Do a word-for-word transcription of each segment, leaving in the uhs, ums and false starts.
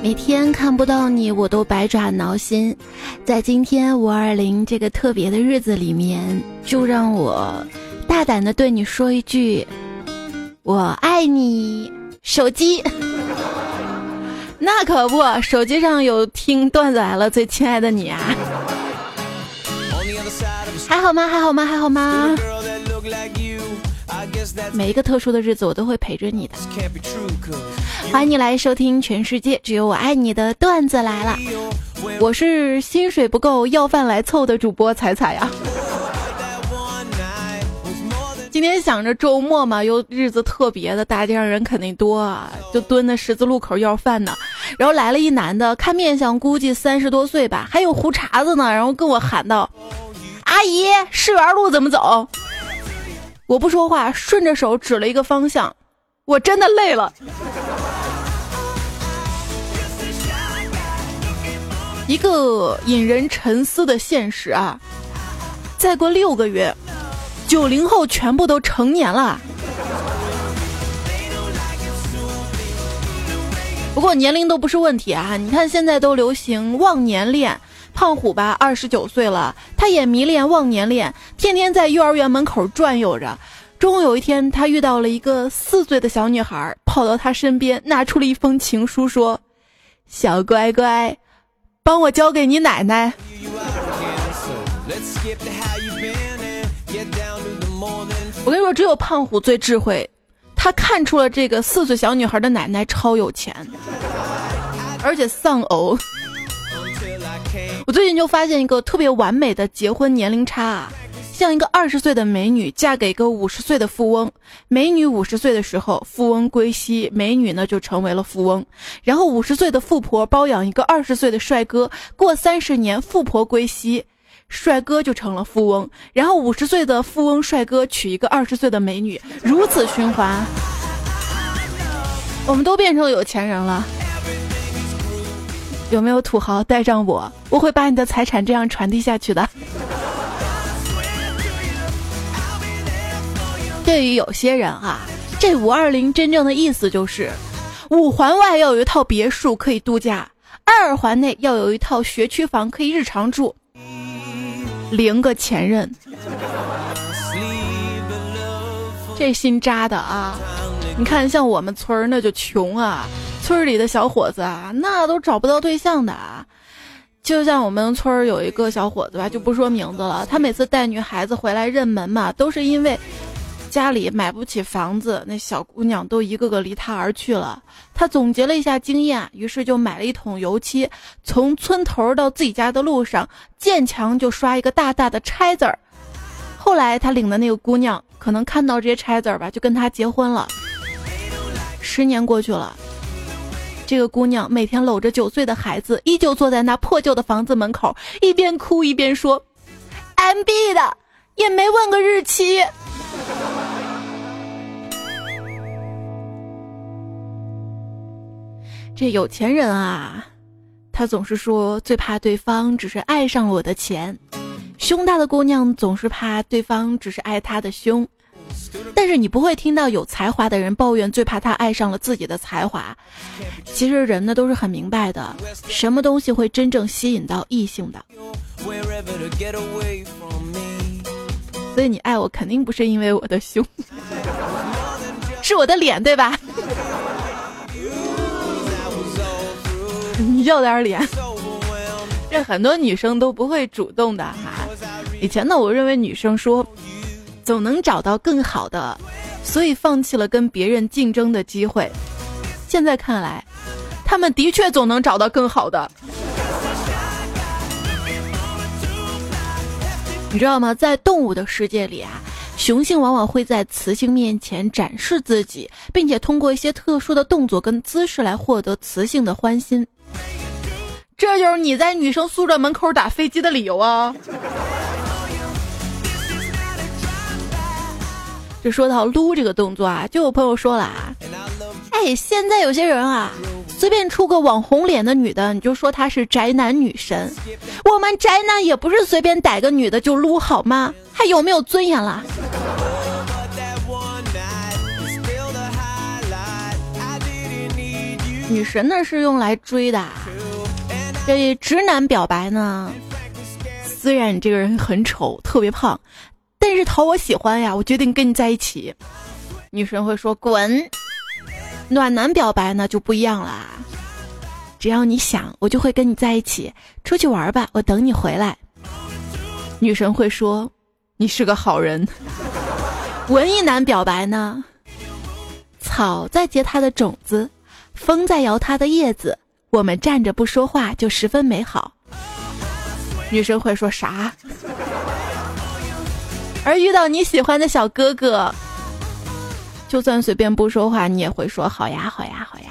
每天看不到你我都百爪挠心，在今天五二零这个特别的日子里面，就让我大胆的对你说一句我爱你。手机那可不，手机上有听段子来了，最亲爱的你啊，还好吗？还好吗？还好吗？每一个特殊的日子我都会陪着你的。欢迎你来收听全世界只有我爱你的段子来了，我是薪水不够要饭来凑的主播彩彩呀。今天想着周末嘛，又日子特别的，大街上人肯定多啊，就蹲在十字路口要饭呢。然后来了一男的，看面相估计三十多岁吧，还有胡茬子呢，然后跟我喊道：阿姨，世园路怎么走？我不说话，顺着手指了一个方向，我真的累了。一个引人沉思的现实啊，再过六个月九零后全部都成年了。不过年龄都不是问题啊，你看现在都流行忘年恋，胖虎吧二十九岁了，他也迷恋忘年恋，天天在幼儿园门口转悠着。终有一天他遇到了一个四岁的小女孩，跑到他身边拿出了一封情书，说：小乖乖，帮我交给你奶奶。我跟你说，只有胖虎最智慧，他看出了这个四岁小女孩的奶奶超有钱，而且丧偶。我最近就发现一个特别完美的结婚年龄差啊，像一个二十岁的美女嫁给一个五十岁的富翁，美女五十岁的时候富翁归西，美女呢就成为了富翁，然后五十岁的富婆包养一个二十岁的帅哥，过三十年富婆归西，帅哥就成了富翁，然后五十岁的富翁帅哥娶一个二十岁的美女，如此循环，我们都变成了有钱人了。有没有土豪带上我？我会把你的财产这样传递下去的。对于有些人啊，这五二零真正的意思就是五环外要有一套别墅可以度假，二环内要有一套学区房可以日常住，零个前任。这心扎的啊！你看像我们村儿那就穷啊，村里的小伙子啊那都找不到对象的啊。就像我们村儿有一个小伙子吧，就不说名字了，他每次带女孩子回来认门嘛，都是因为家里买不起房子，那小姑娘都一个个离他而去了。他总结了一下经验，于是就买了一桶油漆，从村头到自己家的路上见墙就刷一个大大的拆字儿。后来他领的那个姑娘可能看到这些拆字儿吧，就跟他结婚了。十年过去了，这个姑娘每天搂着九岁的孩子，依旧坐在那破旧的房子门口，一边哭一边说 M B 的，也没问个日期。这有钱人啊，他总是说最怕对方只是爱上了我的钱，胸大的姑娘总是怕对方只是爱她的胸。但是你不会听到有才华的人抱怨最怕他爱上了自己的才华。其实人呢都是很明白的，什么东西会真正吸引到异性的。所以你爱我肯定不是因为我的胸，是我的脸，对吧？你要点脸。这很多女生都不会主动的哈。以前呢，我认为女生说总能找到更好的，所以放弃了跟别人竞争的机会。现在看来，他们的确总能找到更好的。你知道吗？在动物的世界里啊，雄性往往会在雌性面前展示自己，并且通过一些特殊的动作跟姿势来获得雌性的欢心。这就是你在女生宿舍门口打飞机的理由啊！就说到撸这个动作啊，就有朋友说了啊，哎，现在有些人啊，随便出个网红脸的女的，你就说她是宅男女神。我们宅男也不是随便逮个女的就撸好吗？还有没有尊严啦？ 女神呢是用来追的，这直男表白呢，虽然你这个人很丑特别胖，但是讨我喜欢呀，我决定跟你在一起。女神会说滚。暖男表白呢就不一样啦，只要你想，我就会跟你在一起，出去玩吧，我等你回来。女神会说你是个好人。文艺男表白呢，草在结它的种子，风在摇它的叶子，我们站着不说话就十分美好。女生会说啥？而遇到你喜欢的小哥哥，就算随便不说话，你也会说好呀好呀好呀。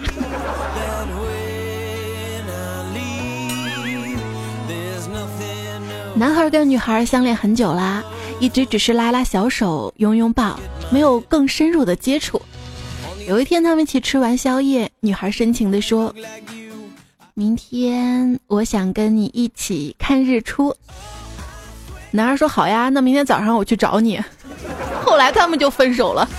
男孩跟女孩相恋很久啦，一直只是拉拉小手拥拥抱，没有更深入的接触。有一天他们一起吃完宵夜，女孩深情地说，明天我想跟你一起看日出。男孩说好呀，那明天早上我去找你。后来他们就分手了。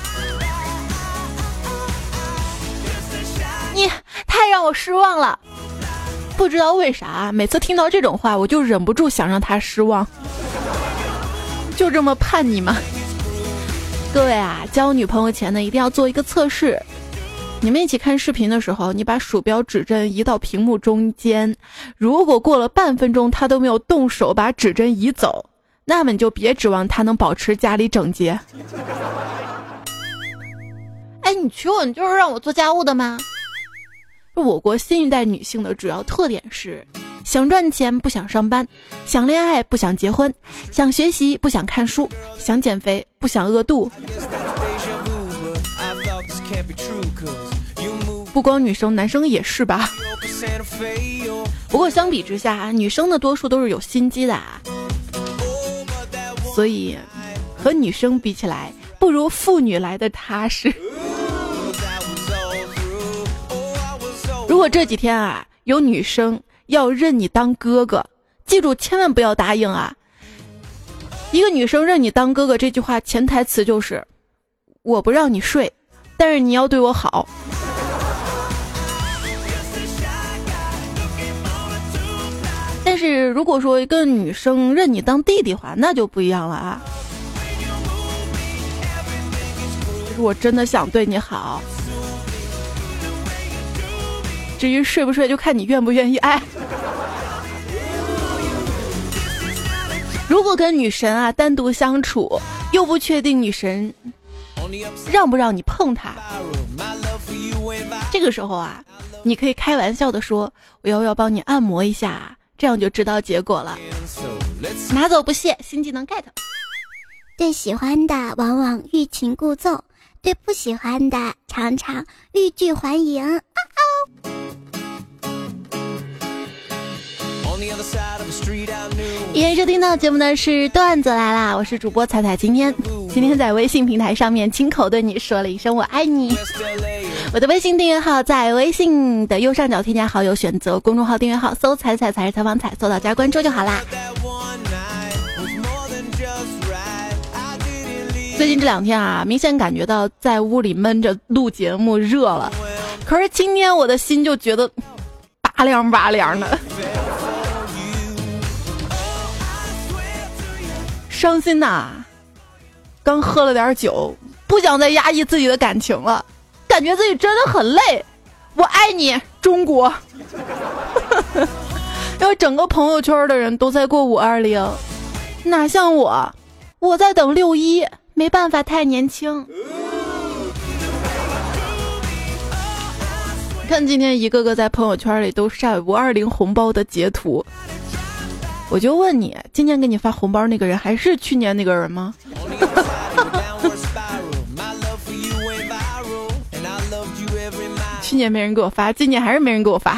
你太让我失望了，不知道为啥每次听到这种话我就忍不住想让他失望。就这么叛逆吗？各位啊，交女朋友前呢一定要做一个测试。你们一起看视频的时候，你把鼠标指针移到屏幕中间，如果过了半分钟他都没有动手把指针移走，那么你就别指望他能保持家里整洁。哎，你娶我你就是让我做家务的吗？我国新一代女性的主要特点是想赚钱不想上班，想恋爱不想结婚，想学习不想看书，想减肥不想饿肚。不光女生，男生也是吧。不过相比之下，女生的多数都是有心机的啊，所以和女生比起来，不如妇女来的踏实。如果这几天啊有女生要认你当哥哥，记住千万不要答应啊。一个女生认你当哥哥这句话潜台词就是我不让你睡，但是你要对我好。但是如果说一个女生认你当弟弟的话，那就不一样了啊。就是我真的想对你好，至于睡不睡就看你愿不愿意爱。如果跟女神啊单独相处，又不确定女神让不让你碰她，这个时候啊你可以开玩笑的说我要不要帮你按摩一下，这样就知道结果了。拿走不谢，新技能 get。 对喜欢的往往欲擒故纵，对不喜欢的常常欲拒还迎。啊哦依然收听到节目的是段子来啦，我是主播彩彩。今天今天在微信平台上面亲口对你说了一声我爱你。我的微信订阅号在微信的右上角添加好友，选择公众号订阅号，搜彩彩才是采访彩，搜到加关注就好啦。最近这两天啊，明显感觉到在屋里闷着录节目热了，可是今天我的心就觉得拔凉拔凉的，伤心呐、啊！刚喝了点酒，不想再压抑自己的感情了，感觉自己真的很累。我爱你，中国！因为整个朋友圈的人都在过五二零，哪像我，我在等六一，没办法，太年轻。看今天一个个在朋友圈里都晒五二零红包的截图，我就问你，今年给你发红包那个人还是去年那个人吗？去年没人给我发，今年还是没人给我发。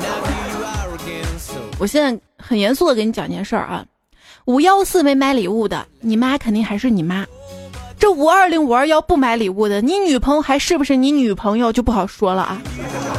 我现在很严肃的给你讲件事儿啊，五幺四没买礼物的，你妈肯定还是你妈；这五二零、五二幺不买礼物的，你女朋友还是不是你女朋友就不好说了啊。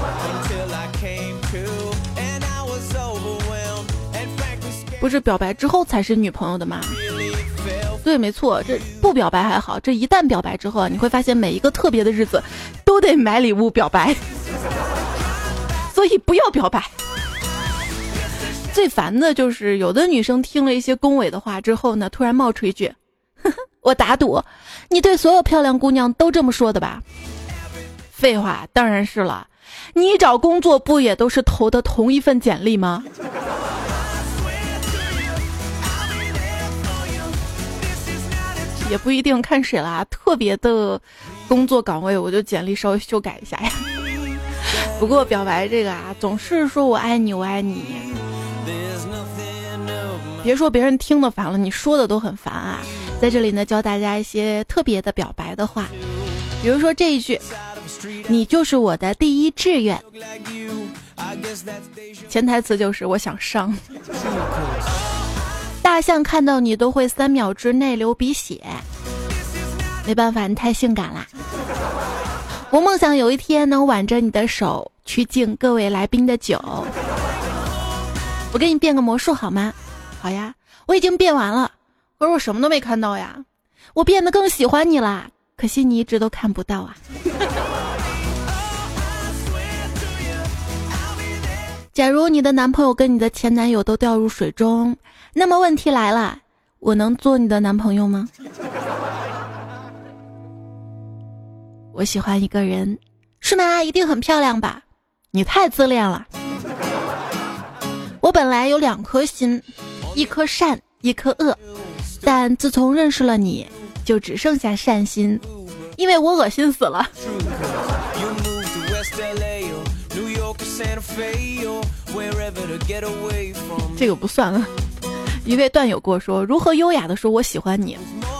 不是表白之后才是女朋友的吗？对，没错，这不表白还好，这一旦表白之后啊，你会发现每一个特别的日子都得买礼物表白。 所以不要表白。最烦的就是有的女生听了一些恭维的话之后呢，突然冒出一句呵呵，我打赌你对所有漂亮姑娘都这么说的吧。废话，当然是了，你找工作不也都是投的同一份简历吗？也不一定，看谁啦，特别的工作岗位我就简历稍微修改一下呀。不过表白这个啊，总是说我爱你我爱你，别说别人听得烦了，你说的都很烦啊。在这里呢，教大家一些特别的表白的话，比如说这一句，你就是我的第一志愿，潜台词就是我想上。大象看到你都会三秒之内流鼻血，没办法，你太性感啦。我梦想有一天能挽着你的手去敬各位来宾的酒。我给你变个魔术好吗？好呀，我已经变完了，可是我什么都没看到呀。我变得更喜欢你啦，可惜你一直都看不到啊。假如你的男朋友跟你的前男友都掉入水中，那么问题来了，我能做你的男朋友吗？我喜欢一个人，是吗？一定很漂亮吧？你太自恋了。我本来有两颗心，一颗善，一颗恶，但自从认识了你，就只剩下善心，因为我恶心死了。这个不算了。一位段友跟我说，如何优雅的说我喜欢你。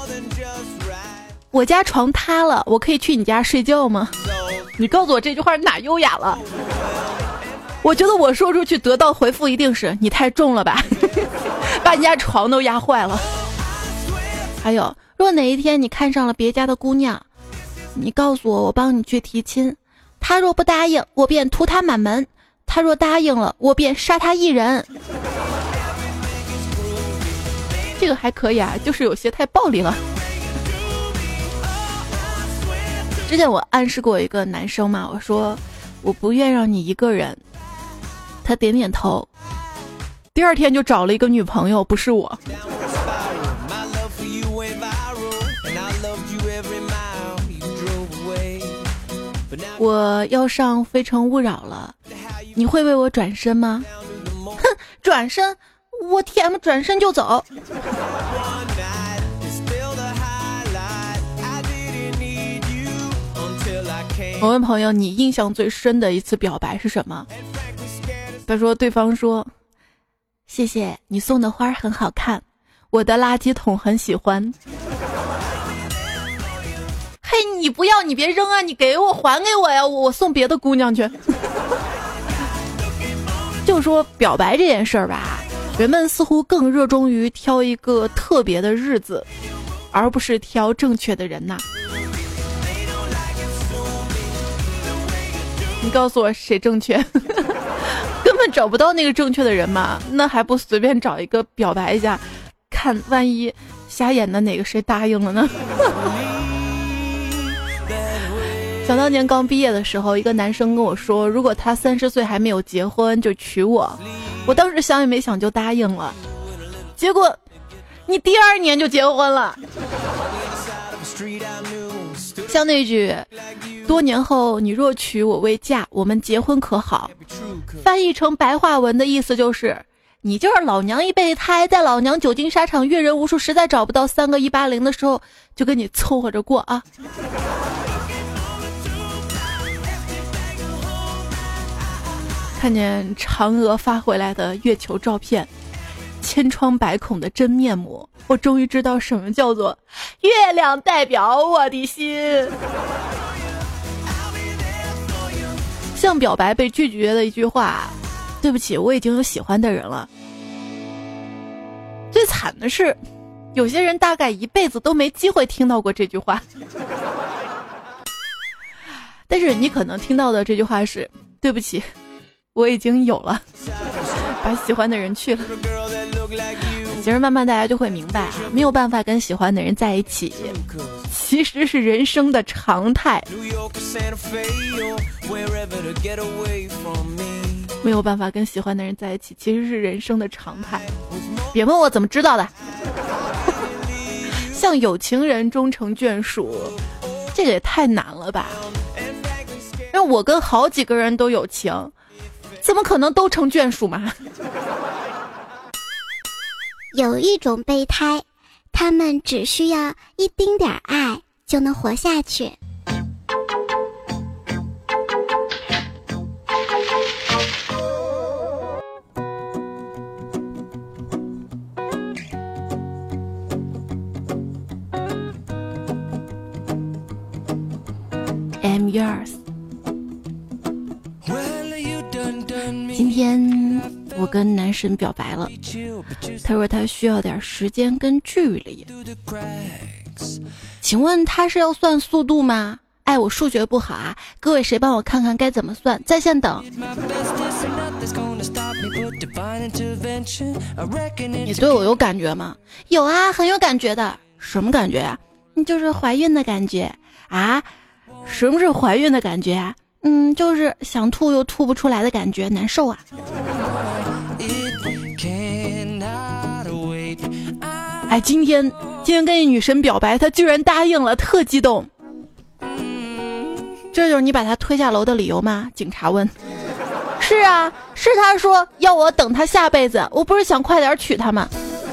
我家床塌了，我可以去你家睡觉吗？你告诉我这句话哪优雅了？我觉得我说出去得到回复一定是你太重了吧，把你家床都压坏了。还有，若哪一天你看上了别家的姑娘，你告诉我，我帮你去提亲，他若不答应，我便屠他满门，他若答应了，我便杀他一人。这个还可以啊，就是有些太暴力了。之前我暗示过一个男生嘛，我说我不愿让你一个人，他点点头，第二天就找了一个女朋友，不是我。我要上非诚勿扰了，你会为我转身吗？哼，转身，我 T M 转身就走。我问朋友，你印象最深的一次表白是什么？他说对方说，谢谢你送的花很好看，我的垃圾桶很喜欢。嘿，你不要，你别扔啊，你给我，还给我呀，我送别的姑娘去。就说表白这件事儿吧，人们似乎更热衷于挑一个特别的日子，而不是挑正确的人呐。你告诉我谁正确？根本找不到那个正确的人嘛，那还不随便找一个表白一下，看万一瞎眼的哪个谁答应了呢？想当年刚毕业的时候，一个男生跟我说，如果他三十岁还没有结婚就娶我，我当时想也没想就答应了，结果你第二年就结婚了。像那句多年后你若娶我为嫁，我们结婚可好，翻译成白话文的意思就是你就是老娘一备胎，在老娘久经沙场阅人无数，实在找不到三个一八零的时候，就跟你凑合着过啊。看见嫦娥发回来的月球照片，千疮百孔的真面目，我终于知道什么叫做月亮代表我的心。像表白被拒绝的一句话，对不起，我已经有喜欢的人了。最惨的是，有些人大概一辈子都没机会听到过这句话。但是你可能听到的这句话是，对不起，我已经有了，把喜欢的人去了。其实慢慢大家就会明白啊，没有办法跟喜欢的人在一起，其实是人生的常态。 没有办法跟喜欢的人在一起，其实是人生的常态。别问我怎么知道的。像有情人终成眷属，这个也太难了吧？让我跟好几个人都有情，怎么可能都成眷属嘛？ 有一种备胎，他们只需要一丁点爱就能活下去。 I'm yours。 今天我跟男神表白了，他说他需要点时间跟距离。请问他是要算速度吗？哎，我数学不好啊，各位谁帮我看看该怎么算？在线等。你对我有感觉吗？有啊，很有感觉的。什么感觉啊？就是怀孕的感觉啊。什么是怀孕的感觉啊？嗯，就是想吐又吐不出来的感觉，难受啊。哎，今天今天跟一女神表白，她居然答应了，特激动。这就是你把她推下楼的理由吗？警察问。是啊，是她说要我等她下辈子，我不是想快点娶她吗？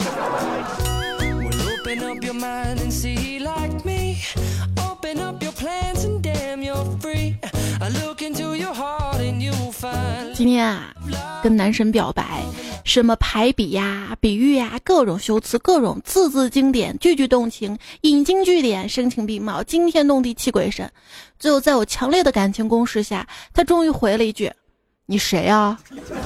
今天啊，跟男神表白，什么排比呀、比喻呀，各种修辞，各种字字经典，句句动情，引经据典，声情并茂，惊天动地，泣鬼神。最后在我强烈的感情攻势下，他终于回了一句：“你谁啊？”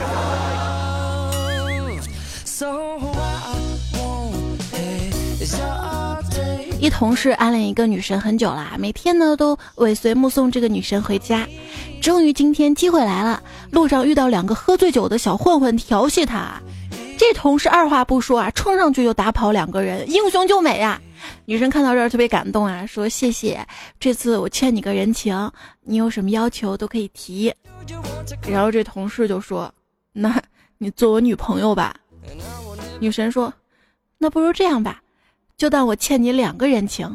一同事暗恋一个女神很久啦，每天呢都尾随目送这个女神回家。终于今天机会来了，路上遇到两个喝醉酒的小混混调戏他，这同事二话不说啊，冲上去就打跑两个人，英雄救美啊！女神看到这儿特别感动啊，说谢谢，这次我欠你个人情，你有什么要求都可以提。然后这同事就说，那你做我女朋友吧。女神说，那不如这样吧，就当我欠你两个人情。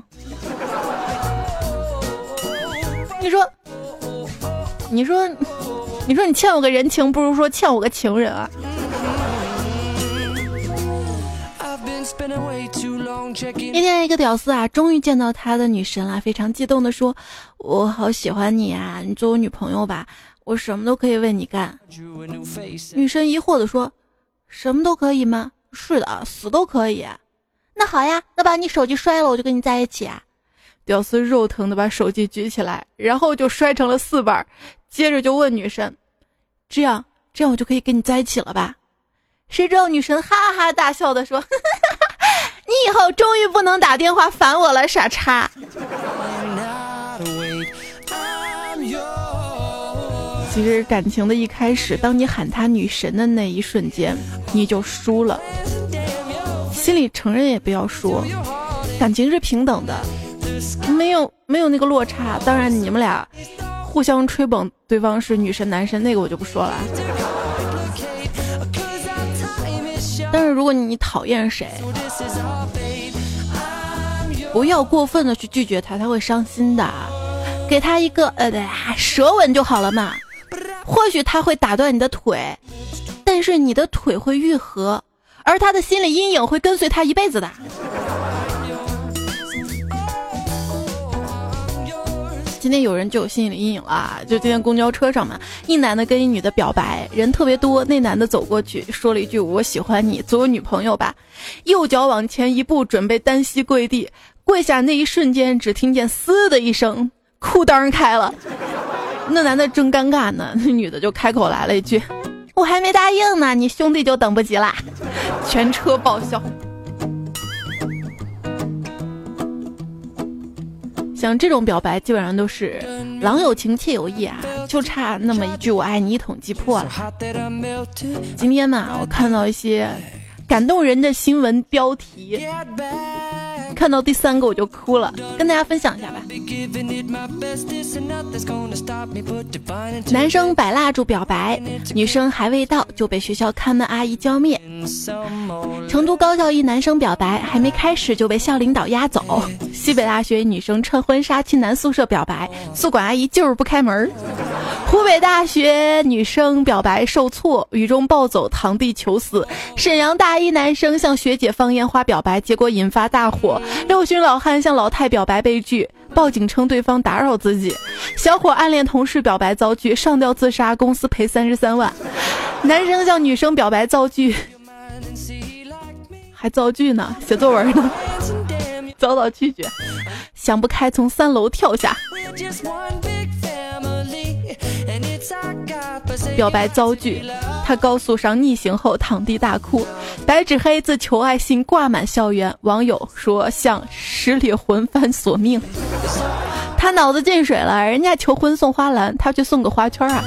你说你说你说你欠我个人情，不如说欠我个情人啊。那天一个屌丝啊，终于见到他的女神了，非常激动的说，我好喜欢你啊，你做我女朋友吧，我什么都可以为你干。女神疑惑的说，什么都可以吗？是的，死都可以。那好呀，那把你手机摔了，我就跟你在一起啊。屌丝肉疼的把手机举起来，然后就摔成了四瓣，接着就问女神，这样这样我就可以跟你在一起了吧？谁知道女神哈哈大笑的说，你以后终于不能打电话烦我了，傻叉。其实感情的一开始，当你喊他女神的那一瞬间，你就输了。心里承认也不要说，感情是平等的，没有没有那个落差。当然你们俩互相吹捧对方是女神男神，那个我就不说了。但是如果你讨厌谁，不要过分的去拒绝他，他会伤心的。给他一个呃舌吻就好了嘛，或许他会打断你的腿，但是你的腿会愈合，而他的心理阴影会跟随他一辈子的。今天有人就有心理阴影了，就今天公交车上嘛，一男的跟一女的表白，人特别多，那男的走过去说了一句，我喜欢你，做我女朋友吧。右脚往前一步，准备单膝跪地，跪下那一瞬间，只听见嘶的一声，裤裆开了。那男的正尴尬呢，那女的就开口来了一句，我还没答应呢，你兄弟就等不及啦。全车爆笑。像这种表白基本上都是郎有情妾有意啊，就差那么一句我爱你一统即破了。今天呢，我看到一些感动人的新闻标题， 看到第三个我就哭了，跟大家分享一下吧。男生摆蜡烛表白，女生还未到就被学校看门阿姨浇灭。成都高校一男生表白还没开始就被校领导押走。西北大学女生穿婚纱去男宿舍表白，宿管阿姨就是不开门。湖北大学女生表白受挫，雨中暴走，堂弟求死。沈阳大一男生向学姐放烟花表白，结果引发大火。六旬老汉向老太表白被拒，报警称对方打扰自己。小伙暗恋同事表白遭拒，上吊自杀，公司赔三十三万。男生向女生表白遭拒，还遭拒呢，写作文呢，遭到拒绝，想不开从三楼跳下。表白遭拒，他高速上逆行后躺地大哭。白纸黑字求爱信挂满校园，网友说像十里魂幡索命。他脑子进水了，人家求婚送花篮，他却送个花圈啊。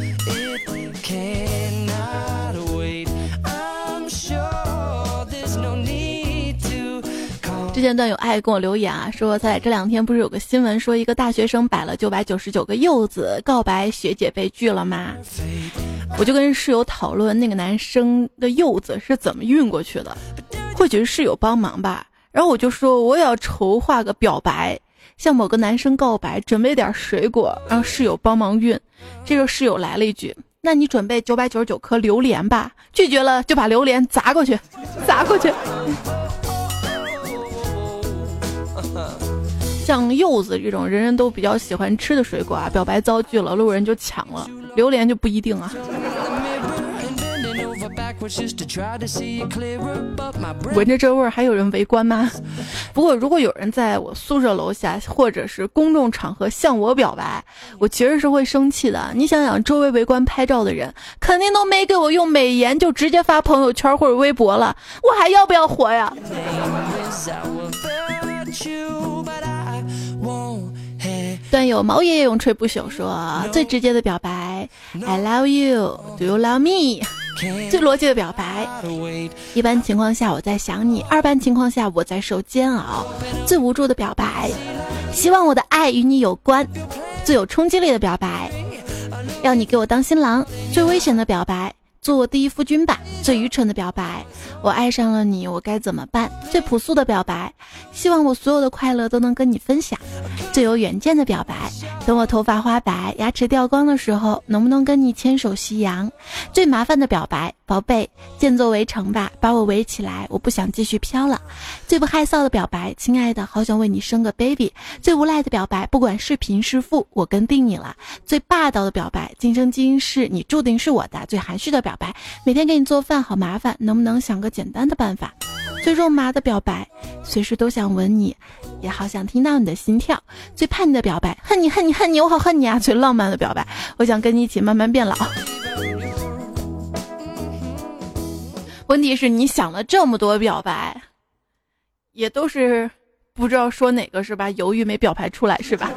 之前段有爱跟我留言啊，说在这两天不是有个新闻说一个大学生摆了九百九十九个柚子告白，学姐被拒了吗？我就跟室友讨论那个男生的柚子是怎么运过去的，或许是室友帮忙吧。然后我就说我也要筹划个表白，向某个男生告白，准备点水果让室友帮忙运。这个室友来了一句，那你准备九百九十九颗榴莲吧。拒绝了就把榴莲砸过去，砸过去。像柚子这种人人都比较喜欢吃的水果啊，表白遭拒了，路人就抢了。榴莲就不一定啊。闻着这味儿还有人围观吗？不过如果有人在我宿舍楼下或者是公众场合向我表白，我其实是会生气的。你想想周围围观拍照的人肯定都没给我用美颜，就直接发朋友圈或者微博了，我还要不要活呀？段友毛爷爷永垂不朽说，最直接的表白 I love you Do you love me， 最逻辑的表白一般情况下我在想你，二般情况下我在受煎熬，最无助的表白希望我的爱与你有关，最有冲击力的表白要你给我当新郎，最危险的表白做我第一夫君吧，最愚蠢的表白我爱上了你我该怎么办，最朴素的表白希望我所有的快乐都能跟你分享，最有远见的表白等我头发花白牙齿掉光的时候能不能跟你牵手夕阳，最麻烦的表白宝贝建座围城吧，把我围起来我不想继续飘了，最不害臊的表白亲爱的好想为你生个 baby， 最无赖的表白不管是贫是富我跟定你了，最霸道的表白今生今世你注定是我的，最含蓄的表白每天给你做饭好麻烦能不能想个简单的办法，最肉麻的表白随时都想吻你也好想听到你的心跳，最叛逆的表白恨你恨你恨你我好恨你啊，最浪漫的表白我想跟你一起慢慢变老。问题是你想了这么多表白也都是不知道说哪个是吧，犹豫没表白出来是吧。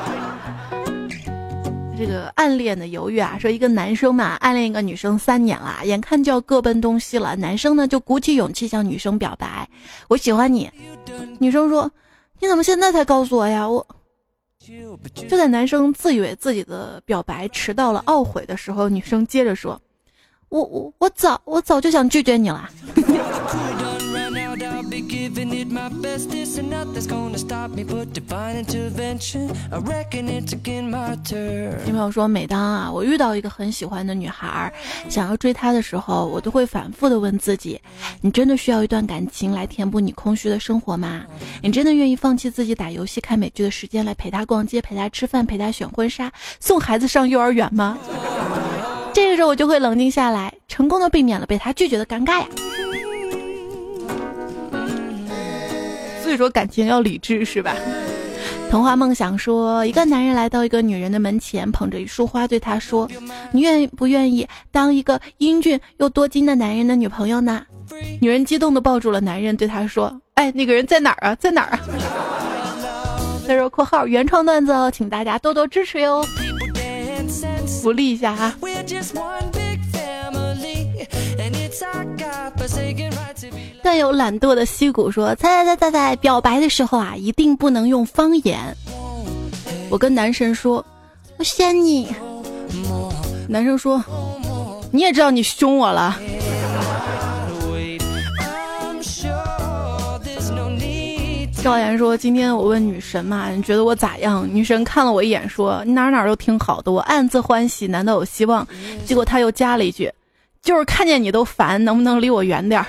这个暗恋的犹豫啊，说一个男生嘛暗恋一个女生三年了，眼看就要各奔东西了，男生呢就鼓起勇气向女生表白我喜欢你，女生说你怎么现在才告诉我呀，我就在男生自以为自己的表白迟到了懊悔的时候，女生接着说我我我早我早就想拒绝你了。女朋友说每当啊我遇到一个很喜欢的女孩想要追她的时候，我都会反复的问自己，你真的需要一段感情来填补你空虚的生活吗？你真的愿意放弃自己打游戏看美剧的时间来陪她逛街陪她吃饭陪她选婚纱送孩子上幼儿园吗？这个时候我就会冷静下来，成功的避免了被他拒绝的尴尬呀。所以说感情要理智是吧？童话梦想说，一个男人来到一个女人的门前，捧着一束花对她说，你愿不愿意当一个英俊又多金的男人的女朋友呢？女人激动地抱住了男人对他说，哎，那个人在哪儿啊在哪儿啊？再说括号原创段子哦，请大家多多支持哟，福利一下哈。 但有懒惰的溪谷说，猜猜猜猜猜，表白的时候啊，一定不能用方言。我跟男神说，我嫌你。男生说，你也知道你凶我了。赵岩说，今天我问女神嘛，你觉得我咋样？女神看了我一眼说，你哪哪都挺好的，我暗自欢喜，难道有希望？结果他又加了一句，就是看见你都烦，能不能离我远点儿？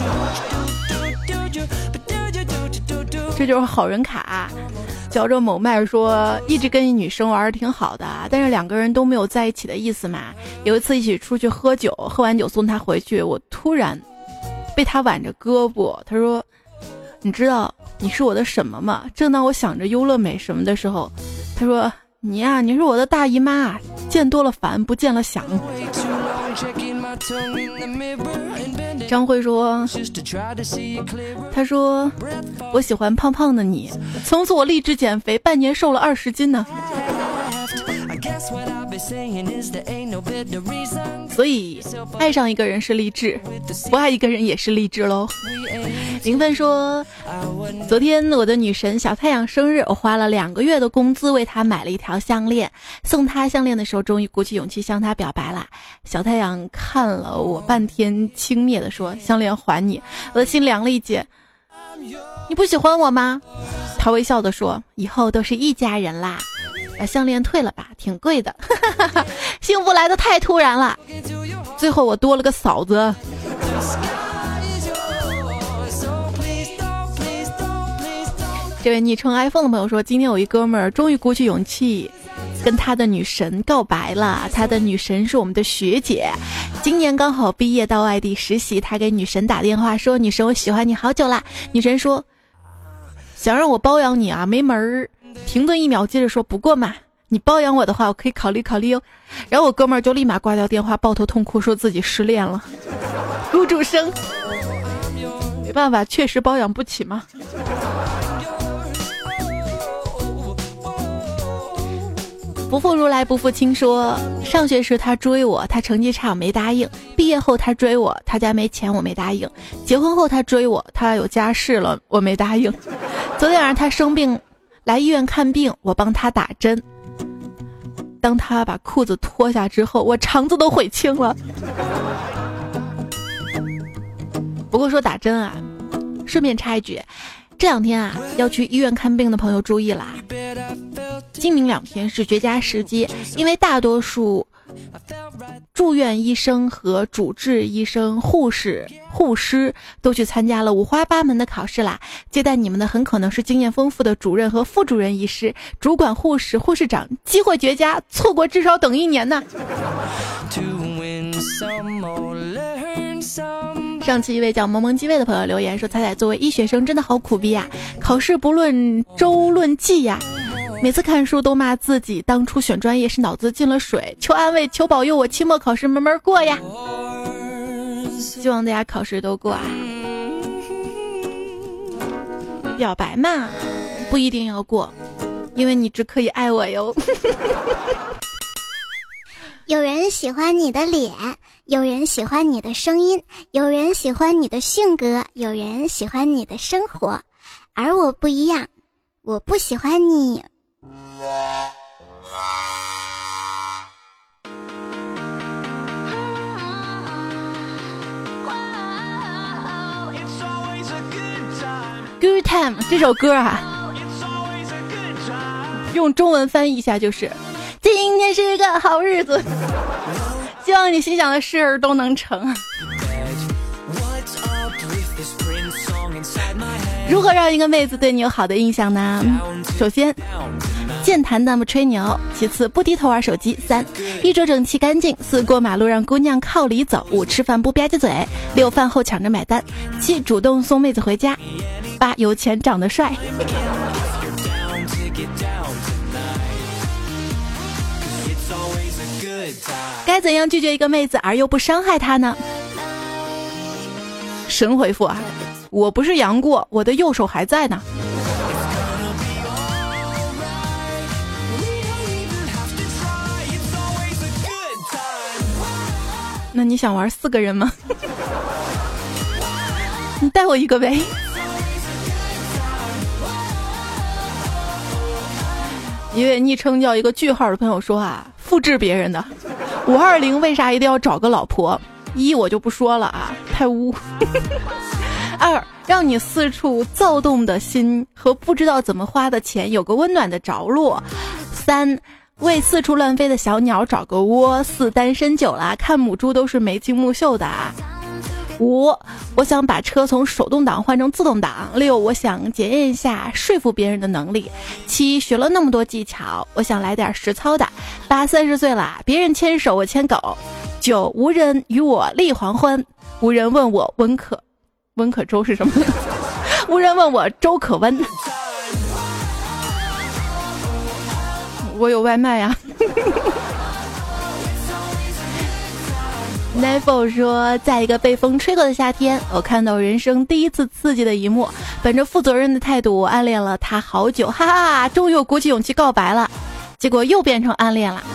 这就是好人卡。嚼着某麦说，一直跟一女生玩挺好的，但是两个人都没有在一起的意思嘛。有一次一起出去喝酒，喝完酒送她回去，我突然被她挽着胳膊，她说，你知道你是我的什么吗？正当我想着优乐美什么的时候，她说，你呀、啊、你是我的大姨妈，见多了烦，不见了想。张辉说，他说我喜欢胖胖的你，从此我立志减肥，半年瘦了二十斤呢。所以爱上一个人是励志，不爱一个人也是励志喽。林芬说，昨天我的女神小太阳生日，我花了两个月的工资为她买了一条项链，送她项链的时候终于鼓起勇气向她表白了。小太阳看了我半天，轻蔑地说，项链还你。我的心凉了一截，你不喜欢我吗？她微笑地说，以后都是一家人啦，把项链退了吧，挺贵的。幸福来得太突然了，最后我多了个嫂子。这位昵称 iPhone 的朋友说，今天有一哥们儿终于鼓起勇气跟他的女神告白了，他的女神是我们的学姐，今年刚好毕业到外地实习，他给女神打电话说，女神我喜欢你好久啦。女神说，想让我包养你啊，没门儿。停顿一秒，接着说，不过嘛，你包养我的话，我可以考虑考虑哦。然后我哥们儿就立马挂掉电话，抱头痛哭，说自己失恋了。录主声，没办法，确实包养不起嘛。不负如来不负卿说，上学时他追我，他成绩差我没答应，毕业后他追我，他家没钱我没答应，结婚后他追我，他有家室了我没答应，昨天晚上他生病来医院看病，我帮他打针，当他把裤子脱下之后，我肠子都悔青了。不过说打针啊，顺便插一句，这两天啊要去医院看病的朋友注意啦，今明两天是绝佳时机，因为大多数住院医生和主治医生、护士、护师都去参加了五花八门的考试啦。接待你们的很可能是经验丰富的主任和副主任医师、主管护士、护士长，机会绝佳，错过至少等一年呢。上期一位叫萌萌鸡位的朋友留言说，彩彩作为医学生真的好苦逼呀、啊，考试不论周论季呀、啊，每次看书都骂自己当初选专业是脑子进了水，求安慰求保佑我期末考试门门过呀。希望大家考试都过啊。表白嘛不一定要过，因为你只可以爱我哟。 有人喜欢你的脸，有人喜欢你的声音，有人喜欢你的性格，有人喜欢你的生活，而我不一样，我不喜欢你。 Good time 这首歌啊，用中文翻译一下就是今天是个好日子，希望你心想的事儿都能成。如何让一个妹子对你有好的印象呢？首先健谈的不吹牛，其次不低头玩手机，三衣着整齐干净，四过马路让姑娘靠里走，五吃饭不吧唧嘴，六饭后抢着买单，七主动送妹子回家，八有钱长得帅。该怎样拒绝一个妹子而又不伤害她呢？神回复啊，我不是杨过，我的右手还在呢。那你想玩四个人吗？ 你带我一个呗。一位昵称叫一个句号的朋友说啊，复制别人的五二零为啥一定要找个老婆？一我就不说了啊，太污。二，让你四处躁动的心和不知道怎么花的钱有个温暖的着落。三，为四处乱飞的小鸟找个窝。四，单身久了看母猪都是眉清目秀的啊。五，我想把车从手动挡换成自动挡。六，我想检验一下说服别人的能力。七，学了那么多技巧，我想来点实操的。八，三十岁了，别人牵手我牵狗。九，无人与我立黄昏，无人问我温可温可粥是什么？无人问我粥可温。我有外卖呀。Nifo 说，在一个被风吹过的夏天，我看到人生第一次刺激的一幕，本着负责任的态度，我暗恋了他好久，哈哈，终于有鼓起勇气告白了，结果又变成暗恋了。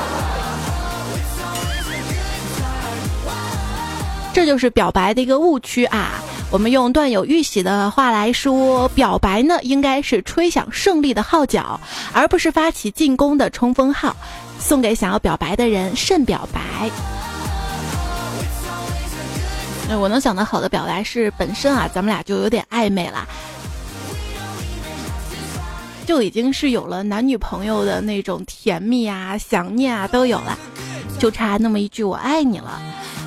这就是表白的一个误区啊！我们用段友玉玺的话来说，表白呢应该是吹响胜利的号角，而不是发起进攻的冲锋号。送给想要表白的人，慎表白。那我能想到好的表白是本身啊，咱们俩就有点暧昧啦，就已经是有了男女朋友的那种甜蜜啊、想念啊都有了，就差那么一句我爱你了，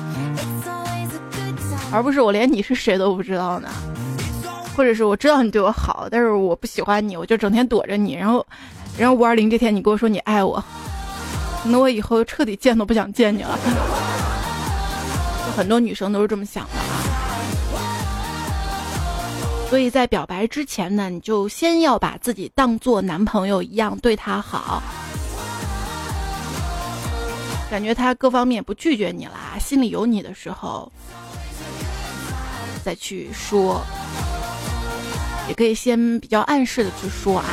而不是我连你是谁都不知道呢，或者是我知道你对我好，但是我不喜欢你，我就整天躲着你，然后然后五二零这天你跟我说你爱我，那我以后彻底见都不想见你了。很多女生都是这么想的啊，所以在表白之前呢，你就先要把自己当做男朋友一样对他好，感觉他各方面不拒绝你啦，心里有你的时候再去说，也可以先比较暗示的去说啊。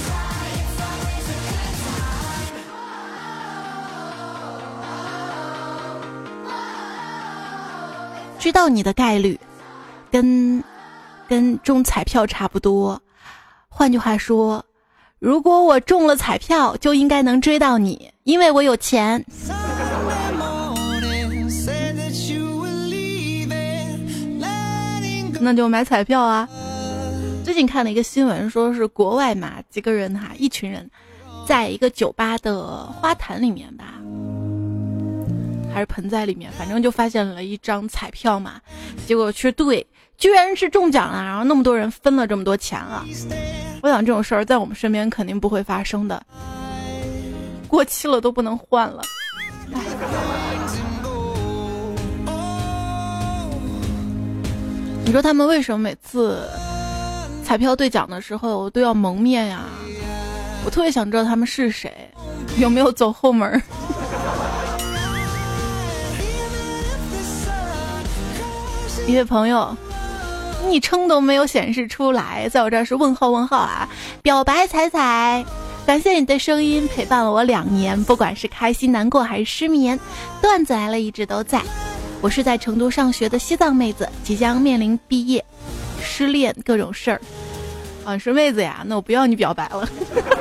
知道你的概率跟跟中彩票差不多，换句话说，如果我中了彩票就应该能追到你，因为我有钱。那就买彩票啊。最近看了一个新闻，说是国外嘛，几个人哈，一群人在一个酒吧的花坛里面吧，还是盆栽里面，反正就发现了一张彩票嘛，结果去对，居然是中奖了，然后那么多人分了这么多钱了。我想这种事儿在我们身边肯定不会发生的，过期了都不能换了。你说他们为什么每次彩票兑奖的时候都要蒙面呀？我特别想知道他们是谁，有没有走后门。一位朋友昵称都没有显示出来，在我这儿是问号问号啊！表白彩彩，感谢你的声音陪伴了我两年，不管是开心难过还是失眠，段子来了一直都在。我是在成都上学的西藏妹子，即将面临毕业、失恋各种事儿。啊，是妹子呀，那我不要你表白了，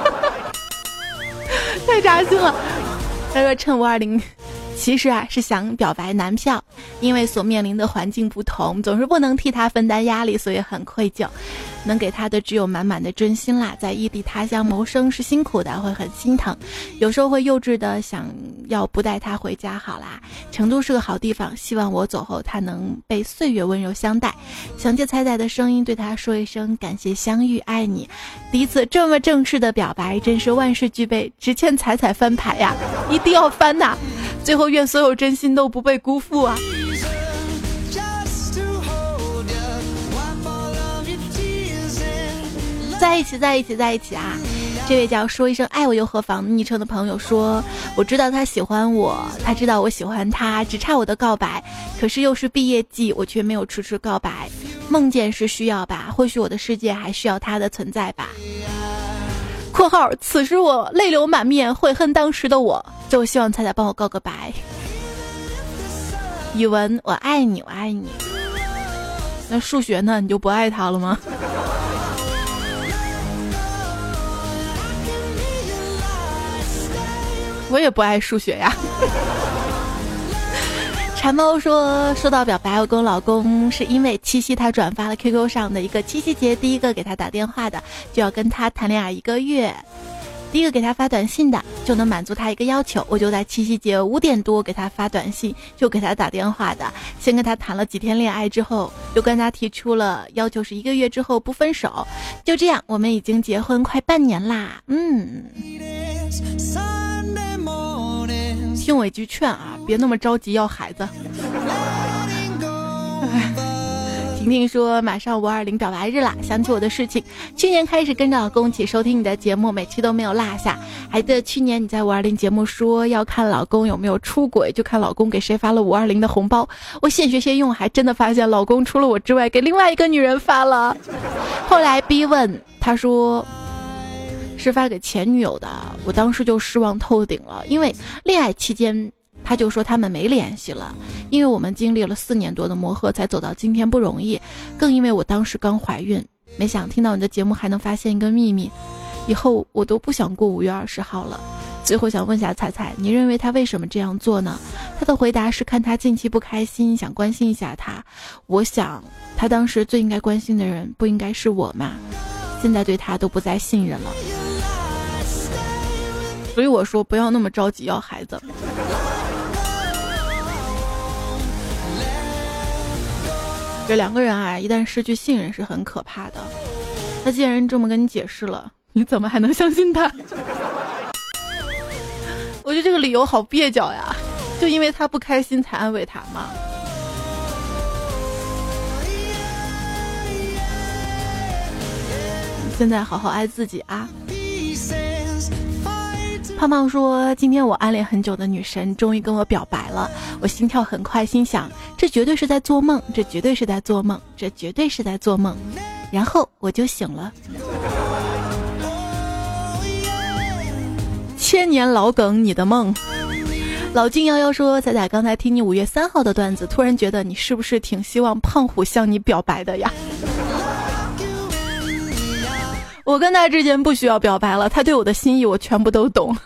太扎心了。他说趁五二零。其实啊，是想表白男票，因为所面临的环境不同，总是不能替他分担压力，所以很愧疚。能给他的只有满满的真心啦。在异地他乡谋生是辛苦的，会很心疼，有时候会幼稚的想要不带他回家好啦。成都是个好地方，希望我走后他能被岁月温柔相待。想借彩彩的声音对他说一声感谢相遇，爱你。第一次这么正式的表白，真是万事俱备，只欠彩彩翻牌呀，一定要翻呐！最后愿所有真心都不被辜负啊！在一起在一起在一起啊！这位叫说一声爱我又何妨昵称的朋友说，我知道他喜欢我，他知道我喜欢他，只差我的告白，可是又是毕业季，我却没有迟迟告白。梦见是需要吧，或许我的世界还需要他的存在吧。括号此时我泪流满面，悔恨当时的我，就希望彩彩帮我告个白。语文我爱你我爱你。 那数学呢？你就不爱他了吗？我也不爱数学呀。馋猫说，说到表白，我跟我老公是因为七夕他转发了 Q Q 上的一个七夕节第一个给他打电话的，就要跟他谈恋爱一个月，第一个给他发短信的就能满足他一个要求，我就在七夕节五点多给他发短信，就给他打电话的，先跟他谈了几天恋爱之后，又跟他提出了要求是一个月之后不分手，就这样我们已经结婚快半年啦。嗯，听我一句劝啊，别那么着急要孩子。婷婷说马上五二零表白日啦，想起我的事情，去年开始跟着老公一起收听你的节目，每期都没有落下。还记得去年你在五二零节目说要看老公有没有出轨，就看老公给谁发了五二零的红包，我现学现用，还真的发现老公除了我之外给另外一个女人发了。后来逼问他说是发给前女友的，我当时就失望透顶了，因为恋爱期间他就说他们没联系了，因为我们经历了四年多的磨合才走到今天不容易，更因为我当时刚怀孕，没想听到你的节目还能发现一个秘密，以后我都不想过五月二十号了。最后想问下彩彩，你认为他为什么这样做呢？他的回答是看他近期不开心，想关心一下他。我想他当时最应该关心的人不应该是我吗？现在对他都不再信任了。所以我说不要那么着急要孩子。这两个人啊，一旦失去信任是很可怕的。他既然这么跟你解释了，你怎么还能相信他？我觉得这个理由好蹩脚呀，就因为他不开心才安慰他嘛。现在好好爱自己啊。胖胖说，今天我暗恋很久的女神终于跟我表白了，我心跳很快，心想这绝对是在做梦，这绝对是在做梦，这绝对是在做梦，然后我就醒了。千年老梗，你的梦。老金幺幺说，彩彩刚才听你五月三号的段子，突然觉得你是不是挺希望胖虎向你表白的呀？我跟他之间不需要表白了，他对我的心意我全部都懂。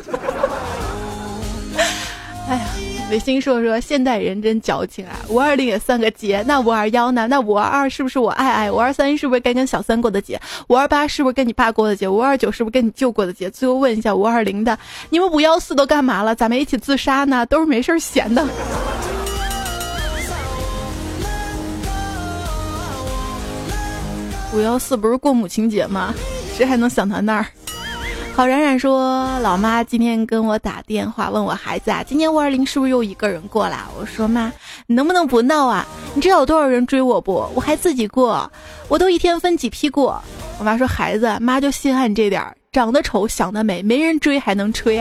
哎呀，伟星说说现代人真矫情啊！五二零也算个节，那五二幺呢？那五二二是不是我爱爱？五二三是不是该跟小三过的节？五二八是不是跟你爸过的节？五二九是不是跟你舅过的节？最后问一下五二零的，你们五幺四都干嘛了？咱们一起自杀呢？都是没事闲的。五幺四不是过母亲节吗？谁还能想到那儿？郝冉冉说，老妈今天跟我打电话问我孩子啊，今年五二零是不是又一个人过啦？我说妈，你能不能不闹啊？你知道有多少人追我不？我还自己过，我都一天分几批过。我妈说，孩子，妈就稀罕这点儿，长得丑想得美，没人追还能吹啊。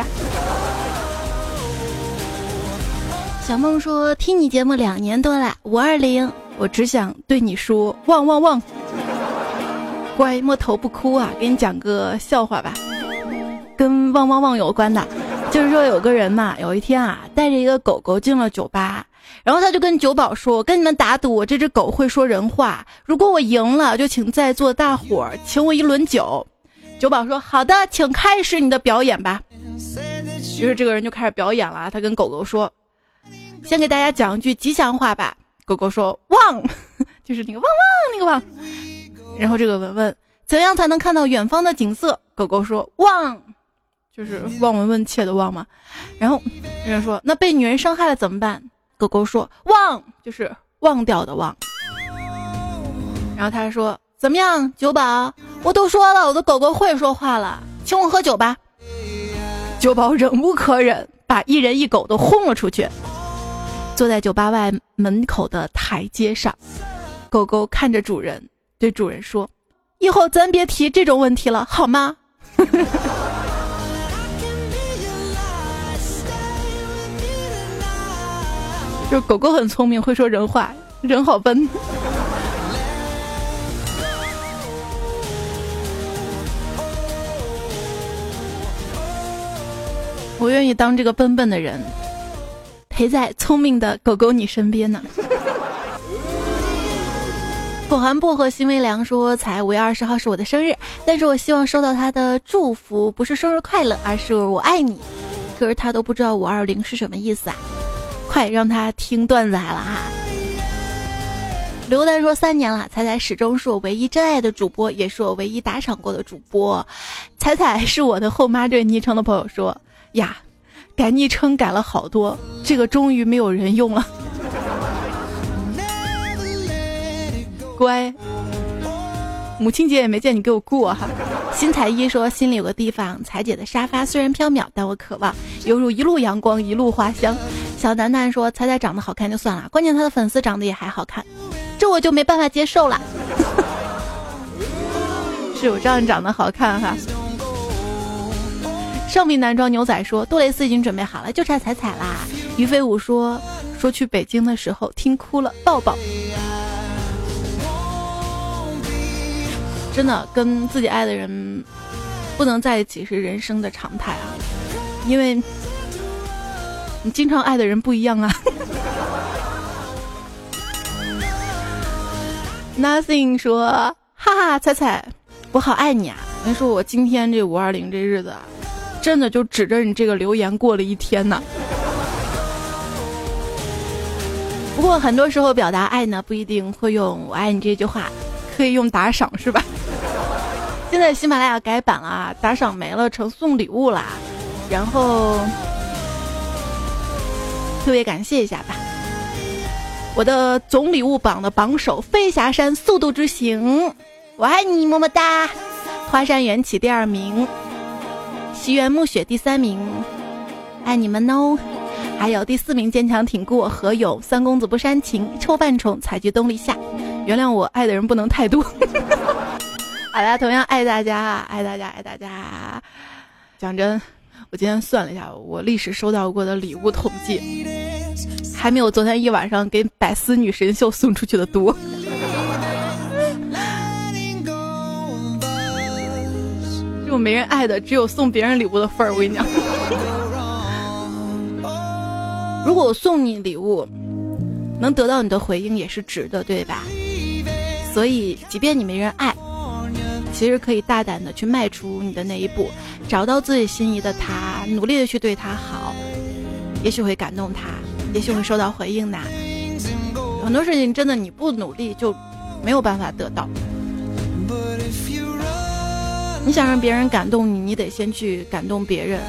小梦说，听你节目两年多了，五二零我只想对你说旺旺旺。乖，摸头不哭啊！给你讲个笑话吧，跟汪汪汪有关的。就是说有个人嘛，有一天啊，带着一个狗狗进了酒吧，然后他就跟酒保说，我跟你们打赌，我这只狗会说人话，如果我赢了，就请在座大伙儿请我一轮酒。酒保说，好的，请开始你的表演吧。于是这个人就开始表演了，他跟狗狗说，先给大家讲一句吉祥话吧。狗狗说，旺，就是那个旺旺那个旺。然后这个文问，怎样才能看到远方的景色？狗狗说，望，就是望闻问切的望嘛。然后人说，那被女人伤害了怎么办？狗狗说，忘，就是忘掉的忘。然后他说，怎么样，酒保？我都说了，我的狗狗会说话了，请我喝酒吧。酒保忍无可忍，把一人一狗都轰了出去。坐在酒吧外门口的台阶上，狗狗看着主人，对主人说，以后咱别提这种问题了，好吗？就狗狗很聪明，会说人话，人好笨。我愿意当这个笨笨的人，陪在聪明的狗狗你身边呢。 果寒薄荷新微凉说，才五月二十号是我的生日，但是我希望收到他的祝福，不是生日快乐，而是我爱你。可是他都不知道五二零是什么意思啊，快让他听段子来了哈。刘丹说，三年了，彩彩始终是我唯一真爱的主播，也是我唯一打赏过的主播。彩彩是我的后妈。这位昵称的朋友说呀，改昵称改了好多，这个终于没有人用了。乖，母亲节也没见你给我过哈。新彩一说，心里有个地方，彩姐的沙发虽然缥缈，但我渴望犹如一路阳光一路花香。小楠楠说，彩彩长得好看就算了，关键她的粉丝长得也还好看，这我就没办法接受了。是我这样长得好看哈。上品男装牛仔说，杜蕾斯已经准备好了，就差彩彩啦。于飞武说，说去北京的时候听哭了，抱抱。真的跟自己爱的人不能在一起是人生的常态啊，因为你经常爱的人不一样啊。Nothing 说，哈哈，彩彩，我好爱你啊！我跟你说，我今天这五二零这日子啊，真的就指着你这个留言过了一天呢。不过很多时候表达爱呢，不一定会用我爱你这句话，可以用打赏是吧？现在喜马拉雅改版了啊，打赏没了，成送礼物啦。然后特别感谢一下吧，我的总礼物榜的榜首飞霞山速度之行，我爱你，么么哒。花山缘起第二名，西园暮雪第三名，爱你们哦。还有第四名坚强挺过，何勇三公子不煽情，臭饭虫采菊东篱下。原谅我爱的人不能太多。好啦，同样爱大家，爱大家，爱大家。讲真，我今天算了一下，我历史收到过的礼物统计，还没有昨天一晚上给百思女神秀送出去的多。这种没人爱的，只有送别人礼物的份儿。我跟你讲，如果我送你礼物，能得到你的回应也是值的，对吧？所以，即便你没人爱，其实可以大胆的去迈出你的那一步，找到自己心仪的他，努力的去对他好，也许会感动他，也许会收到回应的。很多事情真的你不努力就没有办法得到。你想让别人感动你，你得先去感动别人。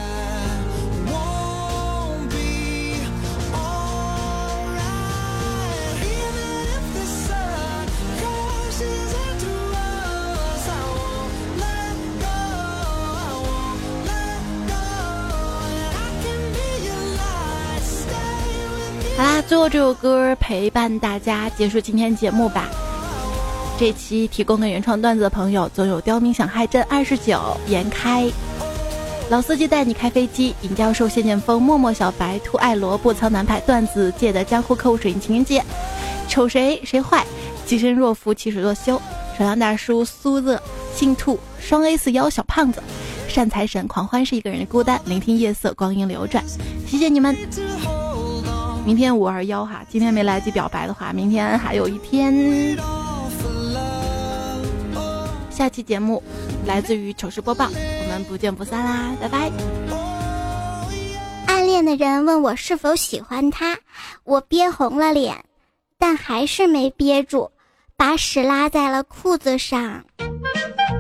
好啦，最后这首歌陪伴大家结束今天节目吧。这期提供给原创段子的朋友，总有刁民想害朕二十九、严开、老司机带你开飞机、尹教授、谢剑锋、默默小白、兔爱萝卜、苍南派、段子界的江湖客户水印情人节、丑谁谁坏、寄身若浮、起水若修、水浪大叔、苏乐、姓兔、双 A 四幺小胖子、善财神、狂欢是一个人的孤单、聆听夜色光阴流转。谢谢你们。明天五二幺哈，今天没来及表白的话，明天还有一天。下期节目来自于糗事播报，我们不见不散啦，拜拜。 暗恋的人问我是否喜欢他，我憋红了脸，但还是没憋住，把屎拉在了裤子上。